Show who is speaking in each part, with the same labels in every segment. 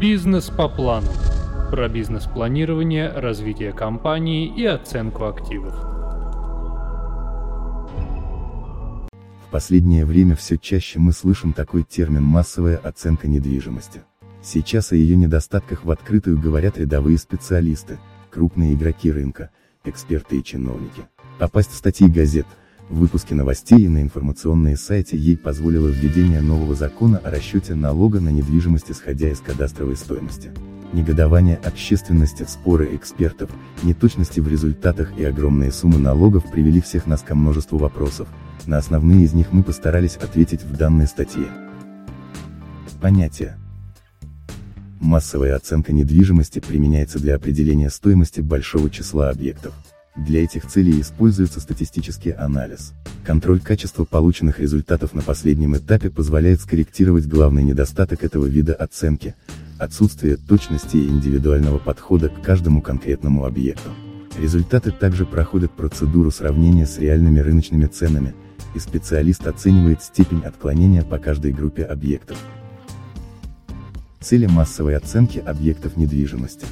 Speaker 1: Бизнес по плану. Про бизнес-планирование, развитие компании и оценку активов.
Speaker 2: В последнее время все чаще мы слышим такой термин «массовая оценка недвижимости». Сейчас о ее недостатках в открытую говорят рядовые специалисты, крупные игроки рынка, эксперты и чиновники. Попасть в статьи газет, в выпуски новостей и на информационные сайты ей позволило введение нового закона о расчете налога на недвижимость, исходя из кадастровой стоимости. Негодование общественности, споры экспертов, неточности в результатах и огромные суммы налогов привели всех нас ко множеству вопросов. На основные из них мы постарались ответить в данной статье. Понятие. Массовая оценка недвижимости применяется для определения стоимости большого числа объектов. Для этих целей используется статистический анализ. Контроль качества полученных результатов на последнем этапе позволяет скорректировать главный недостаток этого вида оценки – отсутствие точности и индивидуального подхода к каждому конкретному объекту. Результаты также проходят процедуру сравнения с реальными рыночными ценами, и специалист оценивает степень отклонения по каждой группе объектов. Цели массовой оценки объектов недвижимости.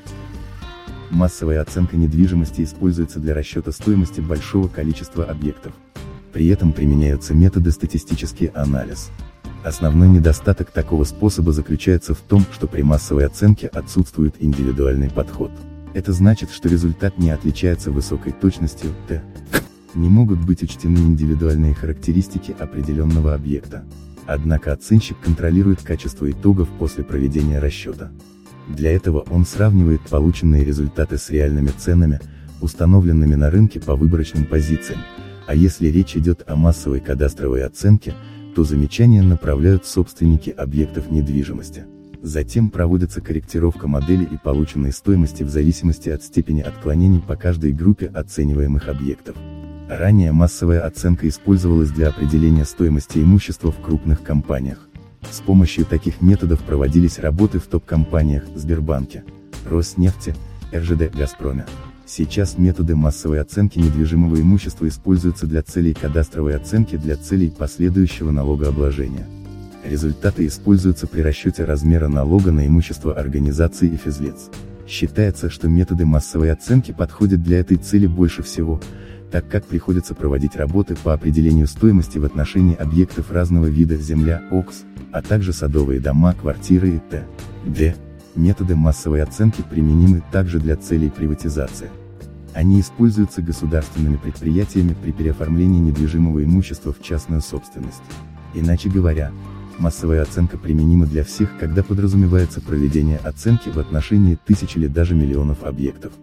Speaker 2: Массовая оценка недвижимости используется для расчета стоимости большого количества объектов. При этом применяются методы статистический анализ. Основной недостаток такого способа заключается в том, что при массовой оценке отсутствует индивидуальный подход. Это значит, что результат не отличается высокой точностью, не могут быть учтены индивидуальные характеристики определенного объекта. Однако оценщик контролирует качество итогов после проведения расчета. Для этого он сравнивает полученные результаты с реальными ценами, установленными на рынке по выборочным позициям, а если речь идет о массовой кадастровой оценке, то замечания направляют собственники объектов недвижимости. Затем проводится корректировка модели и полученной стоимости в зависимости от степени отклонений по каждой группе оцениваемых объектов. Ранее массовая оценка использовалась для определения стоимости имущества в крупных компаниях. С помощью таких методов проводились работы в топ-компаниях Сбербанке, Роснефти, РЖД, Газпроме. Сейчас методы массовой оценки недвижимого имущества используются для целей кадастровой оценки, для целей последующего налогообложения. Результаты используются при расчете размера налога на имущество организаций и физлиц. Считается, что методы массовой оценки подходят для этой цели больше всего, так как приходится проводить работы по определению стоимости в отношении объектов разного вида: земля, ОКС, а также садовые дома, квартиры и т.д. Методы массовой оценки применимы также для целей приватизации. Они используются государственными предприятиями при переоформлении недвижимого имущества в частную собственность. Иначе говоря, массовая оценка применима для всех, когда подразумевается проведение оценки в отношении тысяч или даже миллионов объектов.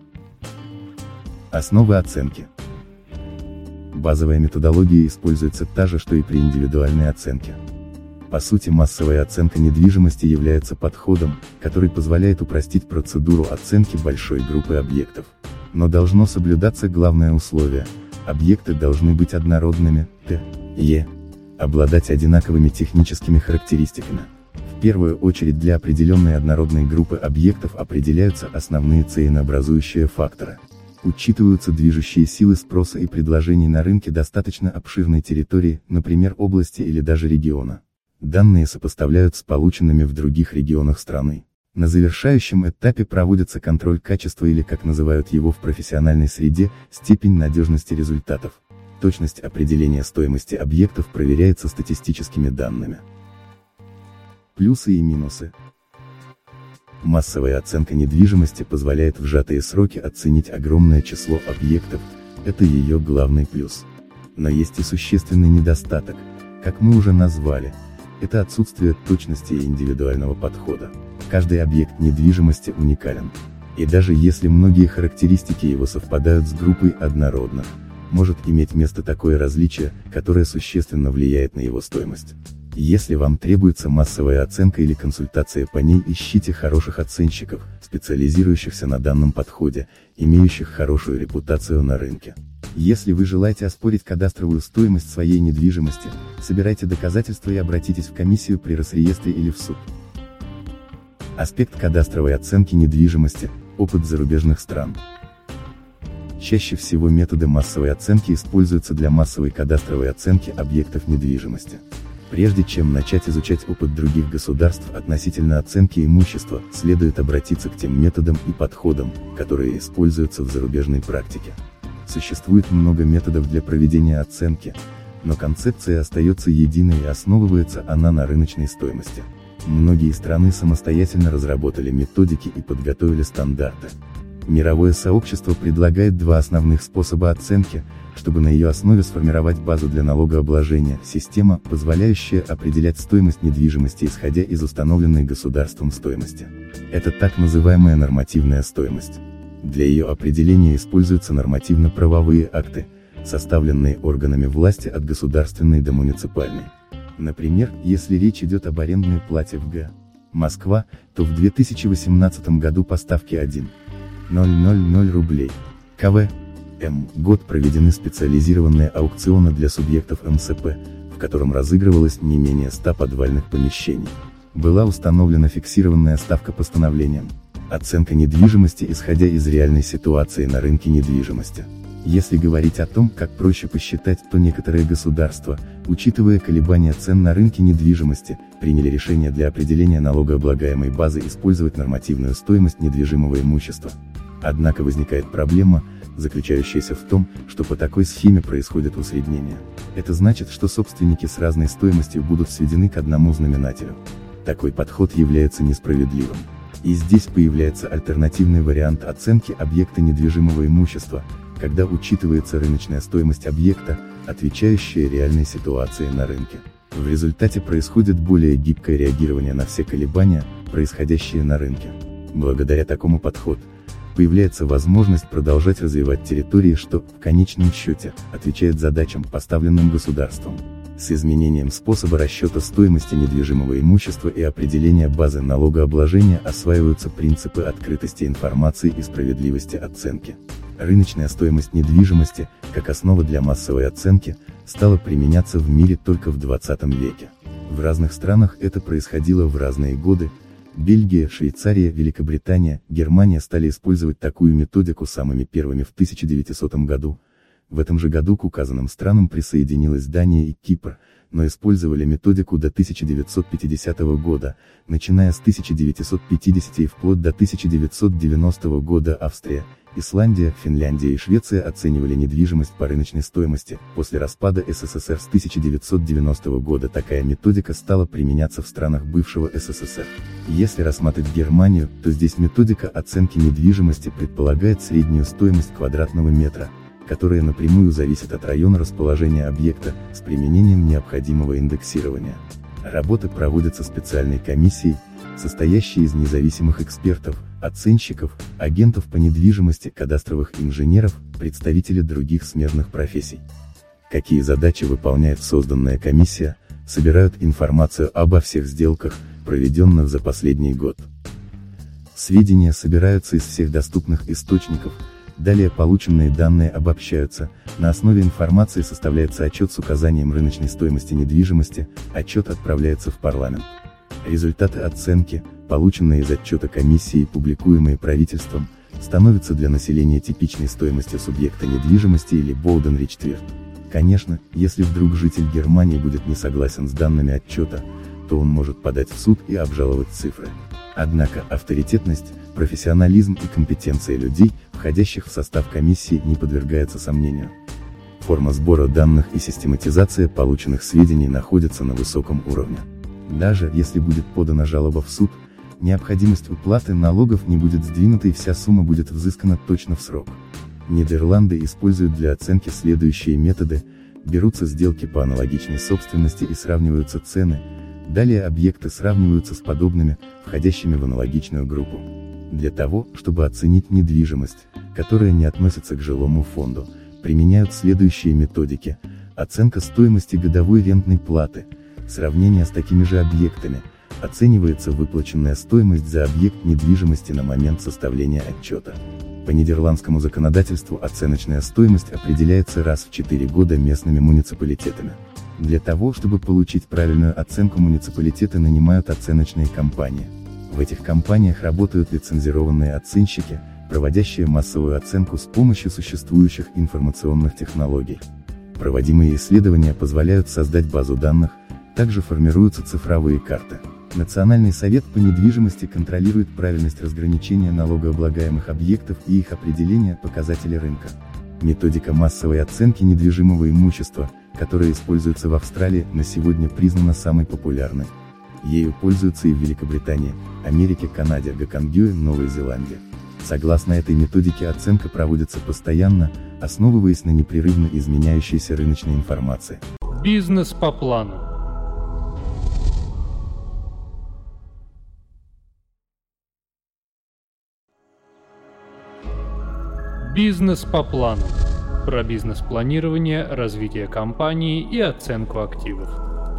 Speaker 2: Основы оценки. Базовая методология используется та же, что и при индивидуальной оценке. По сути, массовая оценка недвижимости является подходом, который позволяет упростить процедуру оценки большой группы объектов. Но должно соблюдаться главное условие: объекты должны быть однородными, обладать одинаковыми техническими характеристиками. В первую очередь для определенной однородной группы объектов определяются основные ценообразующие факторы. Учитываются движущие силы спроса и предложений на рынке достаточно обширной территории, например, области или даже региона. Данные сопоставляют с полученными в других регионах страны. На завершающем этапе проводится контроль качества, или, как называют его в профессиональной среде, степень надежности результатов. Точность определения стоимости объектов проверяется статистическими данными. Плюсы и минусы. Массовая оценка недвижимости позволяет в сжатые сроки оценить огромное число объектов, это ее главный плюс. Но есть и существенный недостаток, как мы уже назвали, это отсутствие точности и индивидуального подхода. Каждый объект недвижимости уникален. И даже если многие характеристики его совпадают с группой однородных, может иметь место такое различие, которое существенно влияет на его стоимость. Если вам требуется массовая оценка или консультация по ней, ищите хороших оценщиков, специализирующихся на данном подходе, имеющих хорошую репутацию на рынке. Если вы желаете оспорить кадастровую стоимость своей недвижимости, собирайте доказательства и обратитесь в комиссию при Росреестре или в суд. Аспект кадастровой оценки недвижимости, опыт зарубежных стран. Чаще всего методы массовой оценки используются для массовой кадастровой оценки объектов недвижимости. Прежде чем начать изучать опыт других государств относительно оценки имущества, следует обратиться к тем методам и подходам, которые используются в зарубежной практике. Существует много методов для проведения оценки, но концепция остается единой и основывается она на рыночной стоимости. Многие страны самостоятельно разработали методики и подготовили стандарты. Мировое сообщество предлагает два основных способа оценки, чтобы на ее основе сформировать базу для налогообложения, система, позволяющая определять стоимость недвижимости исходя из установленной государством стоимости. Это так называемая нормативная стоимость. Для ее определения используются нормативно-правовые акты, составленные органами власти от государственной до муниципальной. Например, если речь идет об арендной плате в г. Москва, то в 2018 году по ставке 1,000 рублей. КВ. Год проведены специализированные аукционы для субъектов МСП, в котором разыгрывалось не менее 100 подвальных помещений. Была установлена фиксированная ставка постановлением. Оценка недвижимости исходя из реальной ситуации на рынке недвижимости. Если говорить о том, как проще посчитать, то некоторые государства, учитывая колебания цен на рынке недвижимости, приняли решение для определения налогооблагаемой базы использовать нормативную стоимость недвижимого имущества. Однако возникает проблема, заключающаяся в том, что по такой схеме происходит усреднение. Это значит, что собственники с разной стоимостью будут сведены к одному знаменателю. Такой подход является несправедливым. И здесь появляется альтернативный вариант оценки объекта недвижимого имущества, когда учитывается рыночная стоимость объекта, отвечающая реальной ситуации на рынке. В результате происходит более гибкое реагирование на все колебания, происходящие на рынке. Благодаря такому подходу, появляется возможность продолжать развивать территории, что, в конечном счете, отвечает задачам, поставленным государством. С изменением способа расчета стоимости недвижимого имущества и определения базы налогообложения осваиваются принципы открытости информации и справедливости оценки. Рыночная стоимость недвижимости, как основа для массовой оценки, стала применяться в мире только в 20 веке. В разных странах это происходило в разные годы. Бельгия, Швейцария, Великобритания, Германия стали использовать такую методику самыми первыми в 1900 году. В этом же году к указанным странам присоединилась Дания и Кипр, но использовали методику до 1950 года, начиная с 1950 и вплоть до 1990 года Австрия, Исландия, Финляндия и Швеция оценивали недвижимость по рыночной стоимости. После распада СССР с 1990 года такая методика стала применяться в странах бывшего СССР. Если рассматривать Германию, то здесь методика оценки недвижимости предполагает среднюю стоимость квадратного метра, которая напрямую зависит от района расположения объекта, с применением необходимого индексирования. Работы проводятся специальной комиссией, состоящей из независимых экспертов, оценщиков, агентов по недвижимости, кадастровых инженеров, представителей других смежных профессий. Какие задачи выполняет созданная комиссия? Собирают информацию обо всех сделках, проведенных за последний год. Сведения собираются из всех доступных источников. Далее полученные данные обобщаются, на основе информации составляется отчет с указанием рыночной стоимости недвижимости, отчет отправляется в парламент. Результаты оценки, полученные из отчета комиссии и публикуемые правительством, становятся для населения типичной стоимостью субъекта недвижимости или Боуден-Ричтверт. Конечно, если вдруг житель Германии будет не согласен с данными отчета, то он может подать в суд и обжаловать цифры. Однако авторитетность, профессионализм и компетенция людей, входящих в состав комиссии, не подвергается сомнению. Форма сбора данных и систематизация полученных сведений находятся на высоком уровне. Даже если будет подана жалоба в суд, необходимость уплаты налогов не будет сдвинута и вся сумма будет взыскана точно в срок. Нидерланды используют для оценки следующие методы: берутся сделки по аналогичной собственности и сравниваются цены, далее объекты сравниваются с подобными, входящими в аналогичную группу. Для того, чтобы оценить недвижимость, которая не относится к жилому фонду, применяют следующие методики: оценка стоимости годовой рентной платы, сравнение с такими же объектами, оценивается выплаченная стоимость за объект недвижимости на момент составления отчета. По нидерландскому законодательству оценочная стоимость определяется раз в 4 года местными муниципалитетами. Для того, чтобы получить правильную оценку, муниципалитеты нанимают оценочные компании. В этих компаниях работают лицензированные оценщики, проводящие массовую оценку с помощью существующих информационных технологий. Проводимые исследования позволяют создать базу данных, Также формируются цифровые карты. Национальный совет по недвижимости контролирует правильность разграничения налогооблагаемых объектов и их определения показателей рынка. Методика массовой оценки недвижимого имущества, которая используется в Австралии, на сегодня признана самой популярной. Ею пользуются и в Великобритании, Америке, Канаде, Гоконгюе, Новой Зеландии. Согласно этой методике оценка проводится постоянно, основываясь на непрерывно изменяющейся рыночной информации.
Speaker 1: Бизнес по плану. Бизнес по плану. Про бизнес-планирование, развитие компании и оценку активов.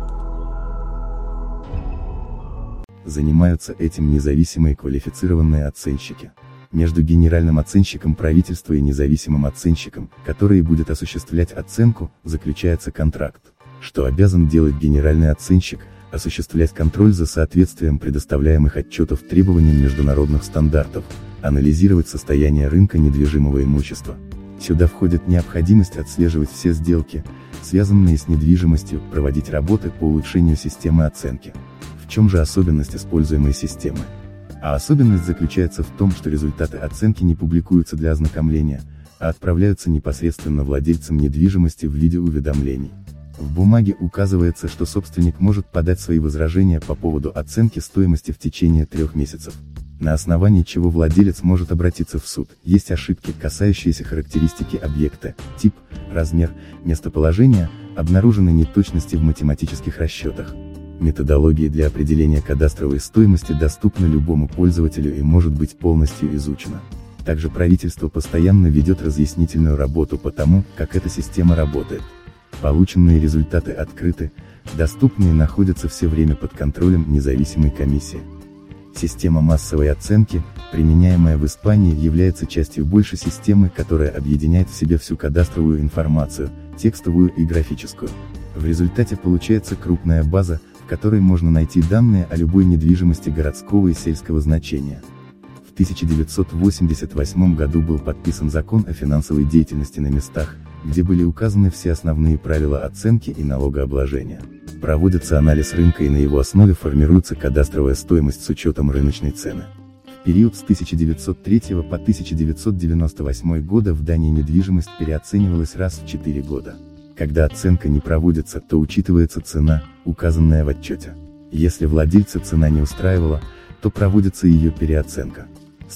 Speaker 2: Занимаются этим независимые квалифицированные оценщики. Между генеральным оценщиком правительства и независимым оценщиком, который будет осуществлять оценку, заключается контракт. Что обязан делать генеральный оценщик? Осуществлять контроль за соответствием предоставляемых отчетов требованиям международных стандартов, анализировать состояние рынка недвижимого имущества. Сюда входит необходимость отслеживать все сделки, связанные с недвижимостью, проводить работы по улучшению системы оценки. В чем же особенность используемой системы? А особенность заключается в том, что результаты оценки не публикуются для ознакомления, а отправляются непосредственно владельцам недвижимости в виде уведомлений. В бумаге указывается, что собственник может подать свои возражения по поводу оценки стоимости в течение 3 месяцев. На основании чего владелец может обратиться в суд. Есть ошибки, касающиеся характеристики объекта, тип, размер, местоположение, обнаружены неточности в математических расчетах. Методологии для определения кадастровой стоимости доступны любому пользователю и может быть полностью изучена. Также правительство постоянно ведет разъяснительную работу по тому, как эта система работает. Полученные результаты открыты, доступны и находятся все время под контролем независимой комиссии. Система массовой оценки, применяемая в Испании, является частью большей системы, которая объединяет в себе всю кадастровую информацию, текстовую и графическую. В результате получается крупная база, в которой можно найти данные о любой недвижимости городского и сельского значения. В 1988 году был подписан закон о финансовой деятельности на местах, где были указаны все основные правила оценки и налогообложения. Проводится анализ рынка и на его основе формируется кадастровая стоимость с учетом рыночной цены. В период с 1903 по 1998 года в Дании недвижимость переоценивалась раз в 4 года. Когда оценка не проводится, то учитывается цена, указанная в отчете. Если владельца цена не устраивала, то проводится ее переоценка. С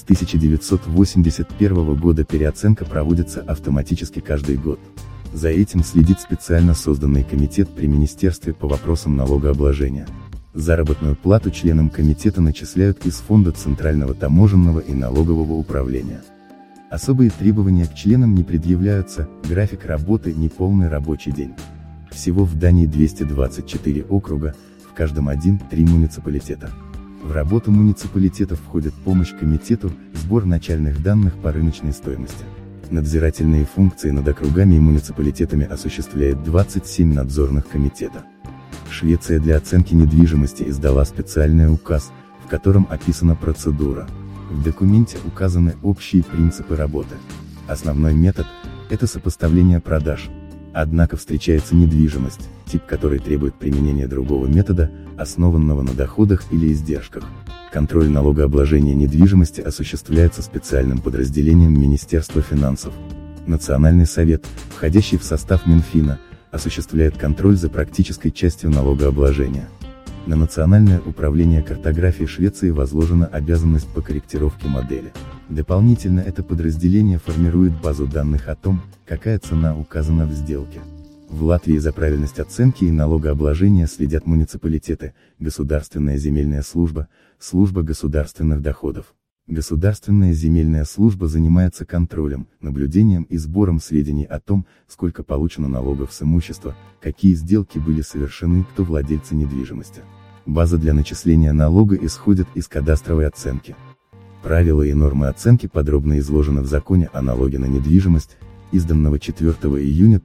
Speaker 2: 1981 года переоценка проводится автоматически каждый год. За этим следит специально созданный комитет при Министерстве по вопросам налогообложения. Заработную плату членам комитета начисляют из фонда Центрального таможенного и налогового управления. Особые требования к членам не предъявляются, график работы – неполный рабочий день. Всего в Дании 224 округа, в каждом 1-3 муниципалитета. В работу муниципалитетов входит помощь комитету, сбор начальных данных по рыночной стоимости. Надзирательные функции над округами и муниципалитетами осуществляет 27 надзорных комитетов. Швеция для оценки недвижимости издала специальный указ, в котором описана процедура. В документе указаны общие принципы работы. Основной метод – это сопоставление продаж. Однако встречается недвижимость, тип которой требует применения другого метода, основанного на доходах или издержках. Контроль налогообложения недвижимости осуществляется специальным подразделением Министерства финансов. Национальный совет, входящий в состав Минфина, осуществляет контроль за практической частью налогообложения. На Национальное управление картографии Швеции возложена обязанность по корректировке модели. Дополнительно это подразделение формирует базу данных о том, какая цена указана в сделке. В Латвии за правильность оценки и налогообложения следят муниципалитеты, Государственная земельная служба, Служба государственных доходов. Государственная земельная служба занимается контролем, наблюдением и сбором сведений о том, сколько получено налогов с имущества, какие сделки были совершены, кто владельцы недвижимости. База для начисления налога исходит из кадастровой оценки. Правила и нормы оценки подробно изложены в Законе о налоге на недвижимость, изданного 4 июня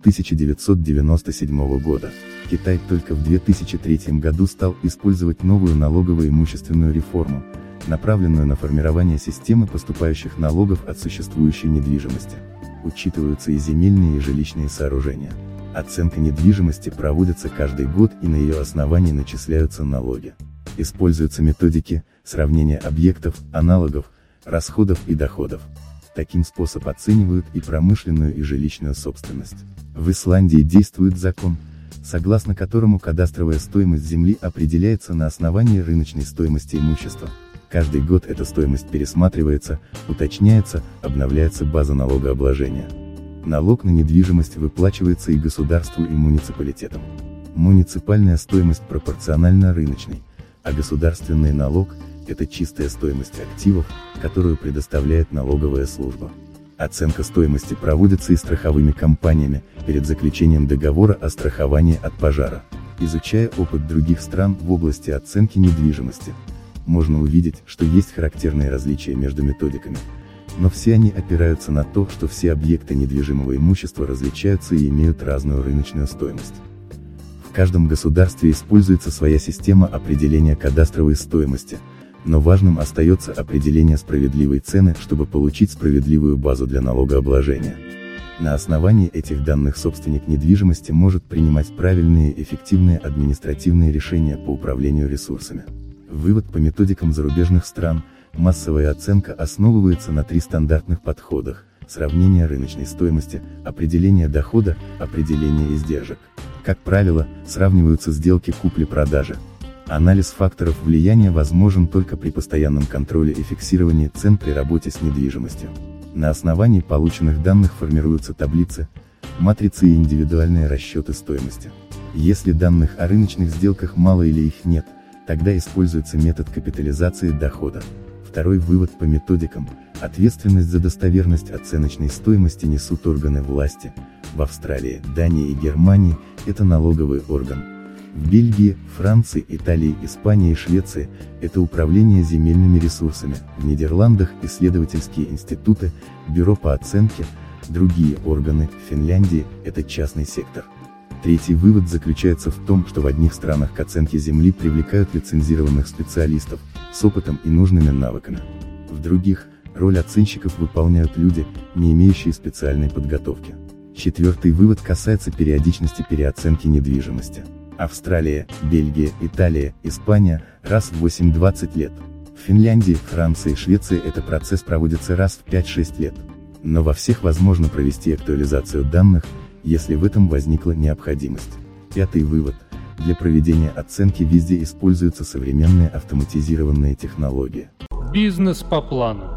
Speaker 2: 1997 года. Китай только в 2003 году стал использовать новую налогово-имущественную реформу, направленную на формирование системы поступающих налогов от существующей недвижимости. Учитываются и земельные и жилищные сооружения. Оценка недвижимости проводится каждый год и на ее основании начисляются налоги. Используются методики сравнения объектов, аналогов, расходов и доходов. Таким способом оценивают и промышленную, и жилищную собственность. В Исландии действует закон, согласно которому кадастровая стоимость земли определяется на основании рыночной стоимости имущества. Каждый год эта стоимость пересматривается, уточняется, обновляется база налогообложения. Налог на недвижимость выплачивается и государству, и муниципалитетам. Муниципальная стоимость пропорциональна рыночной, а государственный налог – это чистая стоимость активов, которую предоставляет налоговая служба. Оценка стоимости проводится и страховыми компаниями, перед заключением договора о страховании от пожара. Изучая опыт других стран в области оценки недвижимости, можно увидеть, что есть характерные различия между методиками, но все они опираются на то, что все объекты недвижимого имущества различаются и имеют разную рыночную стоимость. В каждом государстве используется своя система определения кадастровой стоимости, но важным остается определение справедливой цены, чтобы получить справедливую базу для налогообложения. На основании этих данных собственник недвижимости может принимать правильные и эффективные административные решения по управлению ресурсами. Вывод: по методикам зарубежных стран, массовая оценка основывается на 3 стандартных подходах: сравнение рыночной стоимости, определение дохода, определение издержек. Как правило, сравниваются сделки купли-продажи. Анализ факторов влияния возможен только при постоянном контроле и фиксировании цен при работе с недвижимостью. На основании полученных данных формируются таблицы, матрицы и индивидуальные расчеты стоимости. Если данных о рыночных сделках мало или их нет, тогда используется метод капитализации дохода. Второй вывод: по методикам, ответственность за достоверность оценочной стоимости несут органы власти. В Австралии, Дании и Германии – это налоговый орган. В Бельгии, Франции, Италии, Испании и Швеции – это управление земельными ресурсами. В Нидерландах – исследовательские институты, бюро по оценке, другие органы. В Финляндии – это частный сектор. Третий вывод заключается в том, что в одних странах к оценке земли привлекают лицензированных специалистов, с опытом и нужными навыками. В других, роль оценщиков выполняют люди, не имеющие специальной подготовки. Четвертый вывод касается периодичности переоценки недвижимости. Австралия, Бельгия, Италия, Испания – раз в 8-20 лет. В Финляндии, Франции и Швеции этот процесс проводится раз в 5-6 лет. Но во всех возможно провести актуализацию данных, если в этом возникла необходимость. Пятый вывод. Для проведения оценки везде используются современные автоматизированные технологии.
Speaker 1: Бизнес по плану.